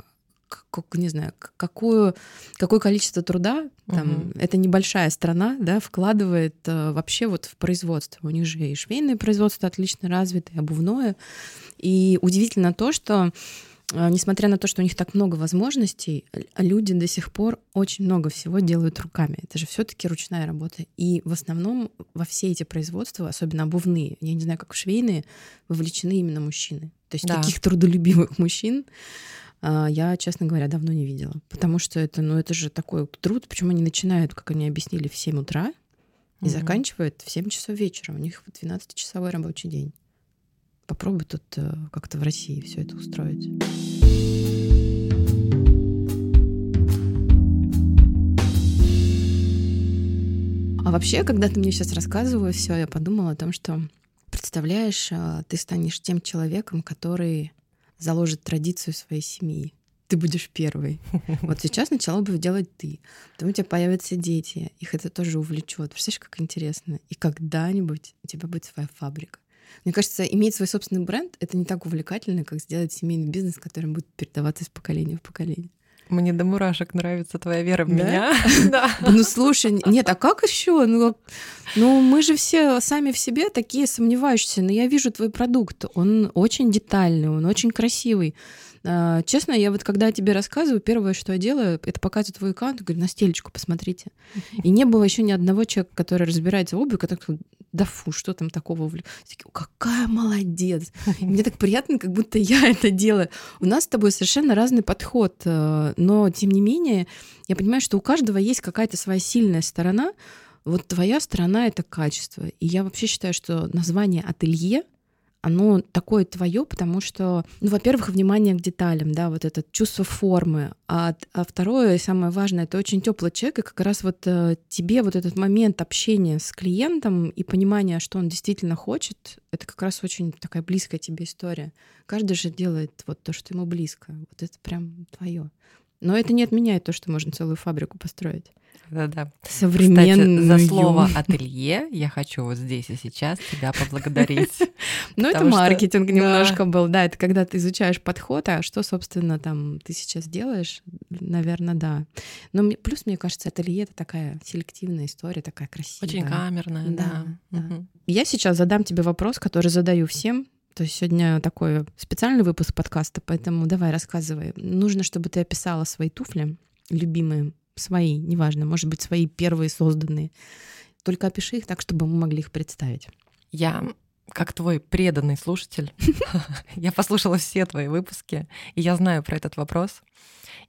не знаю, какое количество труда там, эта небольшая страна, да, вкладывает вообще вот в производство. У них же и швейное производство отлично развито, и обувное. И удивительно то, что несмотря на то, что у них так много возможностей, люди до сих пор очень много всего делают руками. Это же все-таки ручная работа. И в основном во все эти производства, особенно обувные, я не знаю, как швейные, вовлечены именно мужчины. То есть таких трудолюбивых мужчин я, честно говоря, давно не видела. Потому что это же такой труд. Причем они начинают, как они объяснили, в 7 утра и заканчивают в 7 часов вечера. У них 12-часовой рабочий день. Попробуй тут как-то в России все это устроить. А вообще, когда ты мне сейчас рассказывала все, я подумала о том, что, представляешь, ты станешь тем человеком, который заложит традицию своей семьи. Ты будешь первой. Вот сейчас начала бы делать ты. Потом у тебя появятся дети, их это тоже увлечет. Представляешь, как интересно. И когда-нибудь у тебя будет своя фабрика. Мне кажется, иметь свой собственный бренд — это не так увлекательно, как сделать семейный бизнес, который будет передаваться из поколения в поколение. Мне до мурашек нравится твоя вера в меня. Да. Ну слушай, нет, а как еще? Ну мы же все сами в себе такие сомневающиеся. Но я вижу твой продукт, он очень детальный, он очень красивый. Честно, я вот когда тебе рассказываю, первое, что я делаю, это показываю твой аккаунт и говорю: на стелечку посмотрите. И не было еще ни одного человека, который разбирается в обуви, который: да фу, что там такого? Какая молодец! И мне так приятно, как будто я это делаю. У нас с тобой совершенно разный подход, но тем не менее я понимаю, что у каждого есть какая-то своя сильная сторона. Вот твоя сторона — это качество. И я вообще считаю, что название «Ателье», оно такое твое, потому что, во-первых, внимание к деталям, да, вот это чувство формы, а второе, и самое важное, это очень теплый человек, и как раз вот тебе вот этот момент общения с клиентом и понимания, что он действительно хочет, это как раз очень такая близкая тебе история. Каждый же делает вот то, что ему близко, вот это прям твое. Но это не отменяет то, что можно целую фабрику построить. Да-да. Современную. Кстати, за слово «ателье» я хочу вот здесь и сейчас тебя поблагодарить. Ну, это маркетинг немножко был. Да, это когда ты изучаешь подход, а что, собственно, там ты сейчас делаешь, наверное, да. Но плюс, мне кажется, ателье — это такая селективная история, такая красивая. Очень камерная, да. Я сейчас задам тебе вопрос, который задаю всем. То есть сегодня такой специальный выпуск подкаста, поэтому давай, рассказывай. Нужно, чтобы ты описала свои туфли, любимые, свои, неважно, может быть, свои первые созданные. Только опиши их так, чтобы мы могли их представить. Я, как твой преданный слушатель, я послушала все твои выпуски, и я знаю про этот вопрос.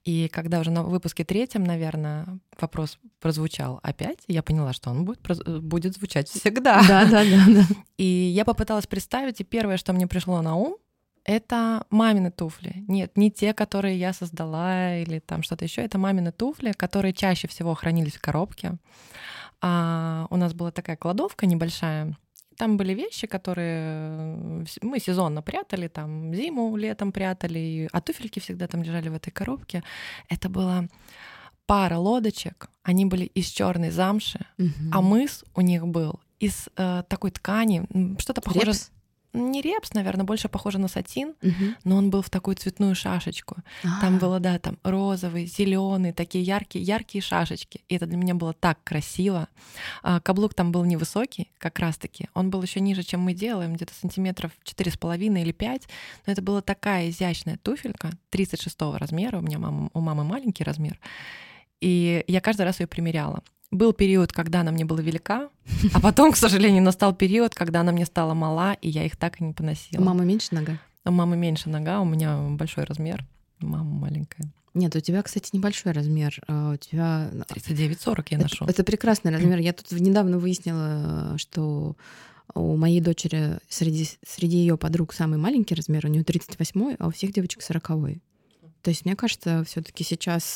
И когда уже на выпуске 3, наверное, вопрос прозвучал опять, я поняла, что он будет звучать всегда. Да. И я попыталась представить, и первое, что мне пришло на ум, это мамины туфли. Нет, не те, которые я создала или там что-то еще. Это мамины туфли, которые чаще всего хранились в коробке. У нас была такая кладовка небольшая. Там были вещи, которые мы сезонно прятали, там зиму, летом прятали, а туфельки всегда там лежали в этой коробке. Это была пара лодочек, они были из черной замши, а мыс у них был из такой ткани, что-то похоже... Репс? Не репс, наверное, больше похоже на сатин, но он был в такую цветную шашечку. Там было, да, там розовый, зеленый, такие яркие шашечки. И это для меня было так красиво. Каблук там был невысокий, как раз-таки. Он был еще ниже, чем мы делаем, где-то сантиметров 4,5 или 5. Но это была такая изящная туфелька 36 размера. У мамы маленький размер. И я каждый раз ее примеряла. Был период, когда она мне была велика, а потом, к сожалению, настал период, когда она мне стала мала, и я их так и не поносила. У мамы меньше нога? У мамы меньше нога, у меня большой размер, мама маленькая. Нет, у тебя, кстати, небольшой размер. У тебя 39-40 я ношу. Это прекрасный размер. Я тут недавно выяснила, что у моей дочери среди ее подруг самый маленький размер, у нее 38, а у всех девочек 40. То есть, мне кажется, все-таки сейчас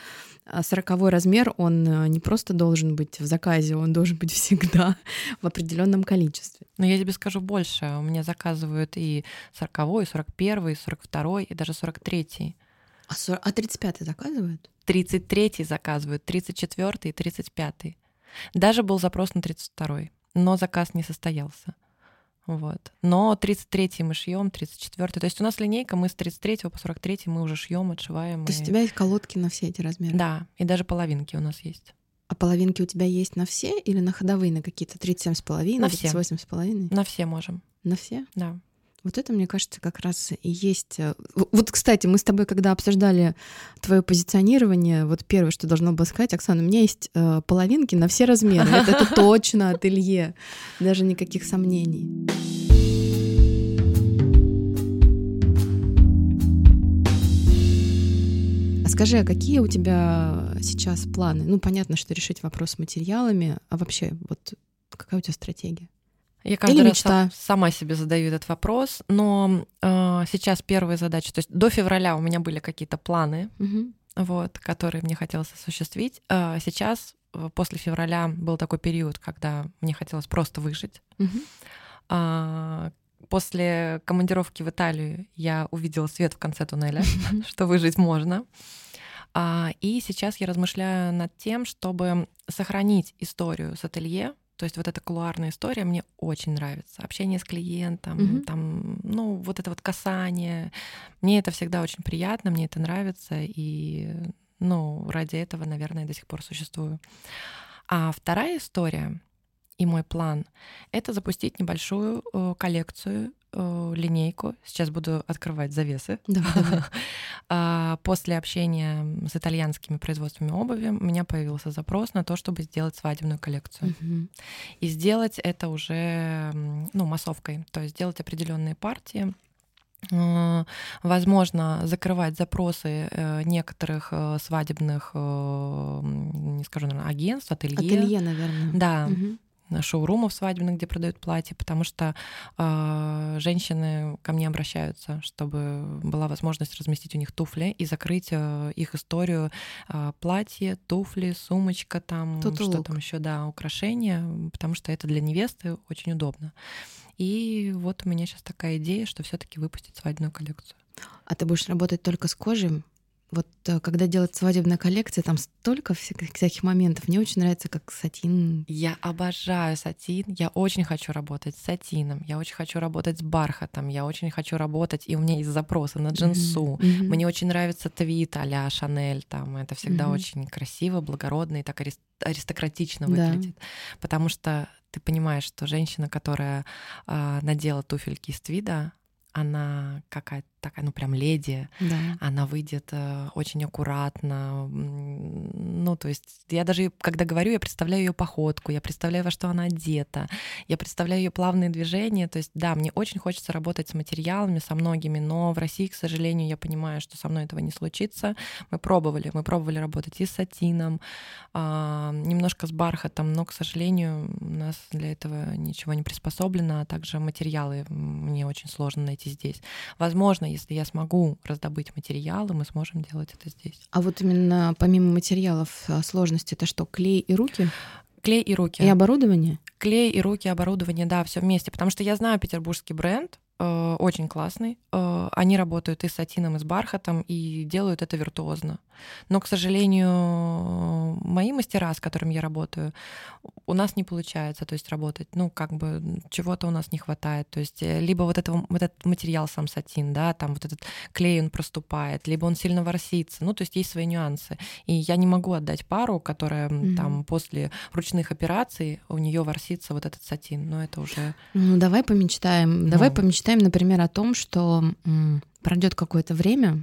40 размер, он не просто должен быть в заказе, он должен быть всегда в определенном количестве. Но я тебе скажу больше. У меня заказывают и 40, и 41, и 42, и даже 43. А 35-й заказывают? 33 заказывают, 34 и 35. Даже был запрос на 32, но заказ не состоялся. Вот. Но 33-й мы шьем, 34-й. То есть у нас линейка, мы с 33 по 43 мы уже шьем, отшиваем. То есть у тебя есть колодки на все эти размеры? Да, и даже половинки у нас есть. А половинки у тебя есть на все или на ходовые, на какие-то 37,5, на все. 38,5? На все можем. На все? Да. Вот это, мне кажется, как раз и есть... Вот, кстати, мы с тобой, когда обсуждали твое позиционирование, вот первое, что должно было сказать: Оксана, у меня есть половинки на все размеры. Это точно ателье. Даже никаких сомнений. А скажи, а какие у тебя сейчас планы? Ну, понятно, что решить вопрос с материалами, а вообще, вот какая у тебя стратегия? Я каждый раз сама себе задаю этот вопрос, но сейчас первая задача, то есть до февраля у меня были какие-то планы, вот, которые мне хотелось осуществить. Сейчас, после февраля, был такой период, когда мне хотелось просто выжить. После командировки в Италию я увидела свет в конце туннеля, что выжить можно. И сейчас я размышляю над тем, чтобы сохранить историю с ателье. То есть вот эта кулуарная история мне очень нравится. Общение с клиентом, там, ну, вот это вот касание. Мне это всегда очень приятно, мне это нравится. И, ну, ради этого, наверное, я до сих пор существую. А вторая история и мой план — это запустить небольшую коллекцию, линейку. Сейчас буду открывать завесы. Давай. После общения с итальянскими производствами обуви у меня появился запрос на то, чтобы сделать свадебную коллекцию. И сделать это уже, ну, массовкой. То есть сделать определенные партии. Возможно, закрывать запросы некоторых свадебных, не скажу, наверное, агентств, ателье. Ателье, наверное. Да. Шоурумов свадебных, где продают платья, потому что женщины ко мне обращаются, чтобы была возможность разместить у них туфли и закрыть их историю: платье, туфли, сумочка, там, что там еще, да, украшения, потому что это для невесты очень удобно. И вот у меня сейчас такая идея, что все-таки выпустить свадебную коллекцию. А ты будешь работать только с кожей? Вот когда делать свадебная коллекция, там столько всяких моментов. Мне очень нравится, как сатин. Я обожаю сатин. Я очень хочу работать с сатином. Я очень хочу работать с бархатом. Я очень хочу работать, и у меня есть запросы на джинсу. Мне очень нравится твит а-ля Шанель. Там это всегда очень красиво, благородно и так аристократично выглядит. Потому что ты понимаешь, что женщина, которая надела туфельки из твида, она какая-то такая, ну прям леди, Да. она выйдет очень аккуратно. Ну, то есть я даже, когда говорю, я представляю ее походку, я представляю, во что она одета, я представляю ее плавные движения. То есть, да, мне очень хочется работать с материалами, со многими, но в России, к сожалению, я понимаю, что со мной этого не случится. Мы пробовали работать и с сатином, немножко с бархатом, но, к сожалению, у нас для этого ничего не приспособлено, а также материалы мне очень сложно найти здесь. Возможно, если я смогу раздобыть материалы, мы сможем делать это здесь. А вот именно помимо материалов сложности, это что, клей и руки? Клей и руки. И оборудование? Клей и руки, оборудование, да, все вместе. Потому что я знаю петербургский бренд, очень классный. Они работают и с сатином, и с бархатом, и делают это виртуозно. Но, к сожалению, мои мастера, с которыми я работаю, у нас не получается, то есть работать, ну, как бы чего-то у нас не хватает. То есть либо вот этот материал сам сатин, да, там вот этот клей, он проступает, либо он сильно ворсится. Ну, то есть есть свои нюансы. И я не могу отдать пару, которая там после ручных операций у нее ворсится вот этот сатин. Но это уже... Ну, давай помечтаем. Давай помечтаем, например, о том, что пройдет какое-то время,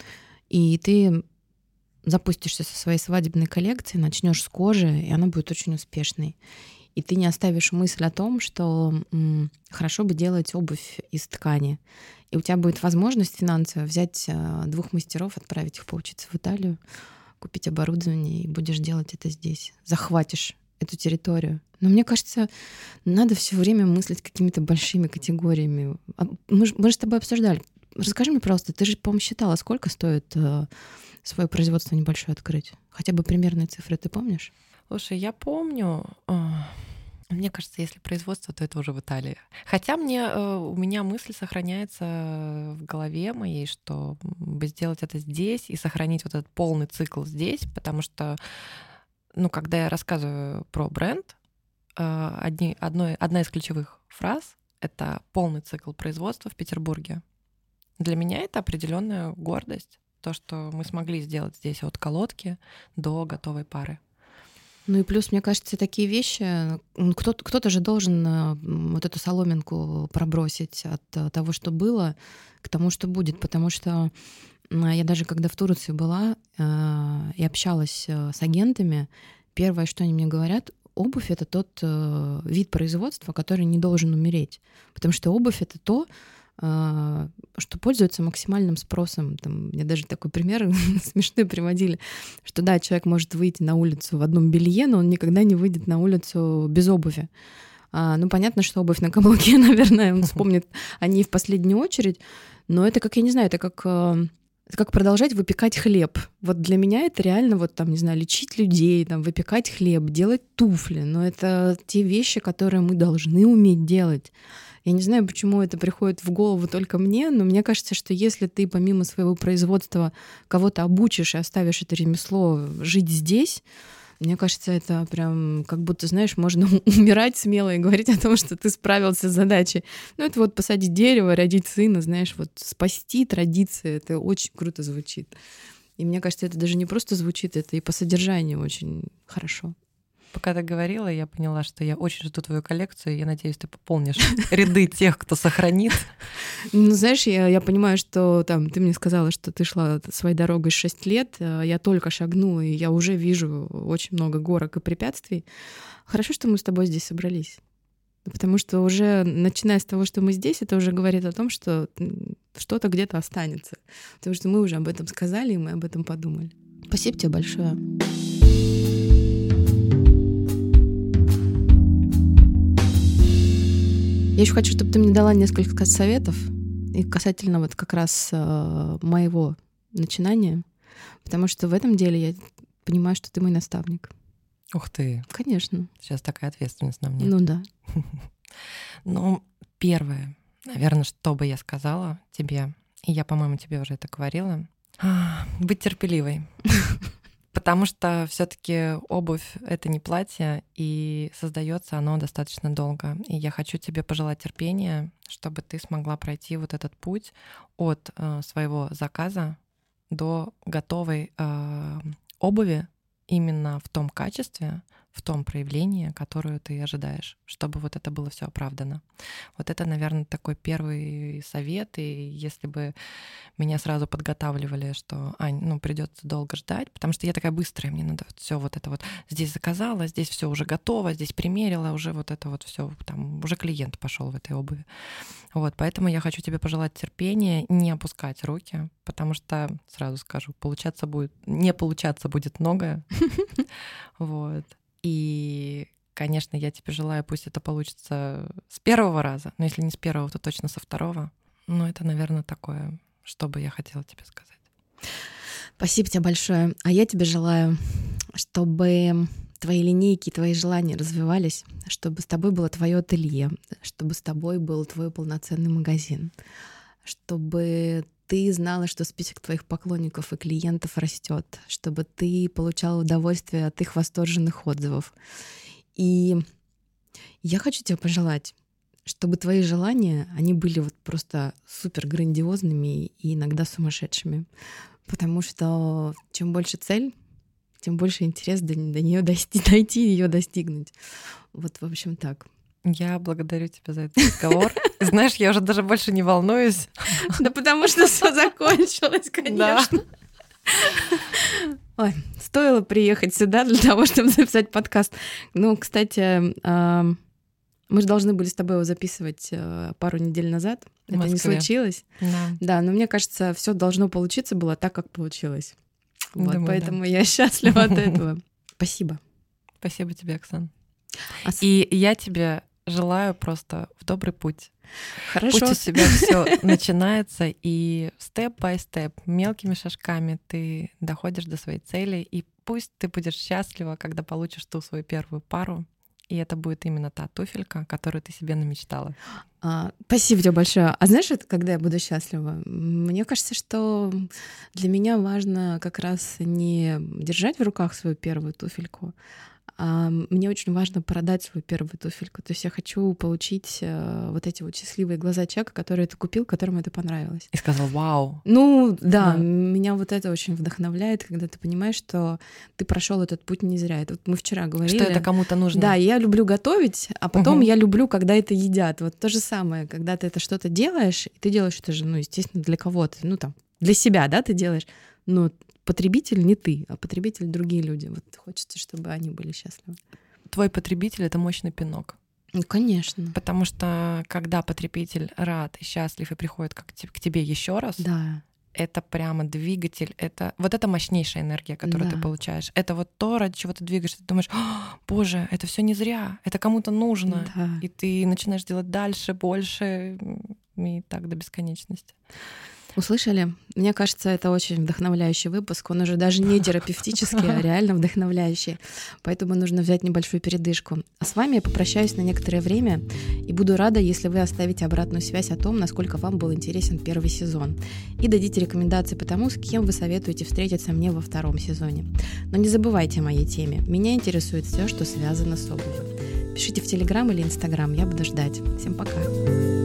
и ты запустишься со своей свадебной коллекцией, начнешь с кожи, и она будет очень успешной. И ты не оставишь мысль о том, что хорошо бы делать обувь из ткани. И у тебя будет возможность финансово взять 2 мастеров, отправить их поучиться в Италию, купить оборудование, и будешь делать это здесь. Захватишь эту территорию. Но мне кажется, надо все время мыслить какими-то большими категориями. Мы же с тобой обсуждали. Расскажи мне, пожалуйста, ты же, по-моему, считала, сколько стоит свое производство небольшое открыть? Хотя бы примерные цифры ты помнишь? Слушай, я помню. Мне кажется, если производство, то это уже в Италии. Хотя у меня мысль сохраняется в голове моей, что бы сделать это здесь и сохранить вот этот полный цикл здесь, потому что, ну, когда я рассказываю про бренд, одна из ключевых фраз — это полный цикл производства в Петербурге. Для меня это определенная гордость, то, что мы смогли сделать здесь от колодки до готовой пары. Ну и плюс, мне кажется, такие вещи, кто-то же должен вот эту соломинку пробросить от того, что было, к тому, что будет. Потому что я даже когда в Турции была и общалась с агентами, первое, что они мне говорят, обувь — это тот вид производства, который не должен умереть. Потому что обувь — это то, что пользуется максимальным спросом. Там, мне даже такой пример смешной приводили, что да, человек может выйти на улицу в одном белье, но он никогда не выйдет на улицу без обуви. Ну, понятно, что обувь на каблуке, наверное, он вспомнит о ней в последнюю очередь, но это как, я не знаю, это как продолжать выпекать хлеб. Вот для меня это реально, вот там, не знаю, лечить людей, там, выпекать хлеб, делать туфли. Но это те вещи, которые мы должны уметь делать. Я не знаю, почему это приходит в голову только мне, но мне кажется, что если ты помимо своего производства кого-то обучишь и оставишь это ремесло жить здесь, мне кажется, это прям как будто, знаешь, можно умирать смело и говорить о том, что ты справился с задачей. Ну, это вот посадить дерево, родить сына, знаешь, вот спасти традиции, это очень круто звучит. И мне кажется, это даже не просто звучит, это и по содержанию очень хорошо. Пока ты говорила, я поняла, что я очень жду твою коллекцию, и я надеюсь, ты пополнишь ряды тех, кто сохранит. Ну, знаешь, я понимаю, что там ты мне сказала, что ты шла своей дорогой 6 лет, я только шагнула, и я уже вижу очень много горок и препятствий. Хорошо, что мы с тобой здесь собрались. Потому что уже, начиная с того, что мы здесь, это уже говорит о том, что что-то где-то останется. Потому что мы уже об этом сказали, и мы об этом подумали. Спасибо тебе большое. Я еще хочу, чтобы ты мне дала несколько советов и касательно вот как раз моего начинания, потому что в этом деле я понимаю, что ты мой наставник. Ух ты. Конечно. Сейчас такая ответственность на мне. Ну да. Ну, первое, наверное, что бы я сказала тебе, и я, по-моему, тебе уже это говорила, быть терпеливой. Потому что все-таки обувь — это не платье, и создается оно достаточно долго. И я хочу тебе пожелать терпения, чтобы ты смогла пройти вот этот путь от своего заказа до готовой обуви именно в том качестве, в том проявлении, которое ты ожидаешь, чтобы вот это было все оправдано. Вот это, наверное, такой первый совет. И если бы меня сразу подготавливали, что Ань, придется долго ждать, потому что я такая быстрая, мне надо все вот это вот здесь заказала, здесь все уже готово, здесь примерила, уже вот это вот все там уже клиент пошел в этой обуви. Вот, поэтому я хочу тебе пожелать терпения, не опускать руки, потому что сразу скажу, не получаться будет многое. Вот. И, конечно, я тебе желаю, пусть это получится с первого раза, но если не с первого, то точно со второго. Но это, наверное, такое, что бы я хотела тебе сказать. Спасибо тебе большое. А я тебе желаю, чтобы твои линейки, твои желания развивались, чтобы с тобой было твое ателье, чтобы с тобой был твой полноценный магазин, чтобы ты знала, что список твоих поклонников и клиентов растет, чтобы ты получала удовольствие от их восторженных отзывов. И я хочу тебе пожелать, чтобы твои желания, они были вот просто супер грандиозными и иногда сумасшедшими. Потому что чем больше цель, тем больше интерес до нее дойти, ее достигнуть. Вот, в общем, так. Я благодарю тебя за этот разговор. Знаешь, я уже даже больше не волнуюсь. Да потому что все закончилось, конечно. Ой, стоило приехать сюда для того, чтобы записать подкаст. Кстати, мы же должны были с тобой его записывать пару недель назад. Это не случилось. Да, но мне кажется, все должно получиться было так, как получилось. Вот, поэтому я счастлива от этого. Спасибо. Спасибо тебе, Оксан. И я тебе желаю просто в добрый путь. Хорошо. Пусть у тебя все начинается, и степ-бай-степ, мелкими шажками ты доходишь до своей цели, и пусть ты будешь счастлива, когда получишь ту свою первую пару, и это будет именно та туфелька, которую ты себе намечтала. Спасибо тебе большое. А знаешь, когда я буду счастлива? Мне кажется, что для меня важно как раз не держать в руках свою первую туфельку, мне очень важно продать свою первую туфельку. То есть я хочу получить вот эти вот счастливые глаза человека, который это купил, которому это понравилось. И сказал «Вау». Да, меня вот это очень вдохновляет, когда ты понимаешь, что ты прошел этот путь не зря. Это вот мы вчера говорили. Что это кому-то нужно. Да, я люблю готовить, а потом я люблю, когда это едят. Вот то же самое, когда ты это что-то делаешь, и ты делаешь это же, естественно, для кого-то. Для себя, да, ты делаешь. Но потребитель не ты, а потребитель другие люди. Вот хочется, чтобы они были счастливы. Твой потребитель — это мощный пинок. Конечно. Потому что когда потребитель рад и счастлив и приходит к тебе еще раз, да. Это прямо двигатель, это мощнейшая энергия, которую ты получаешь. Это вот то, ради чего ты двигаешься. Ты думаешь: боже, это все не зря, это кому-то нужно. Да. И ты начинаешь делать дальше, больше, и так до бесконечности. Услышали? Мне кажется, это очень вдохновляющий выпуск. Он уже даже не терапевтический, а реально вдохновляющий. Поэтому нужно взять небольшую передышку. А с вами я попрощаюсь на некоторое время и буду рада, если вы оставите обратную связь о том, насколько вам был интересен первый сезон, и дадите рекомендации по тому, с кем вы советуете встретиться мне во втором сезоне. Но не забывайте о моей теме. Меня интересует все, что связано с обувью. Пишите в Телеграм или Инстаграм, я буду ждать. Всем пока.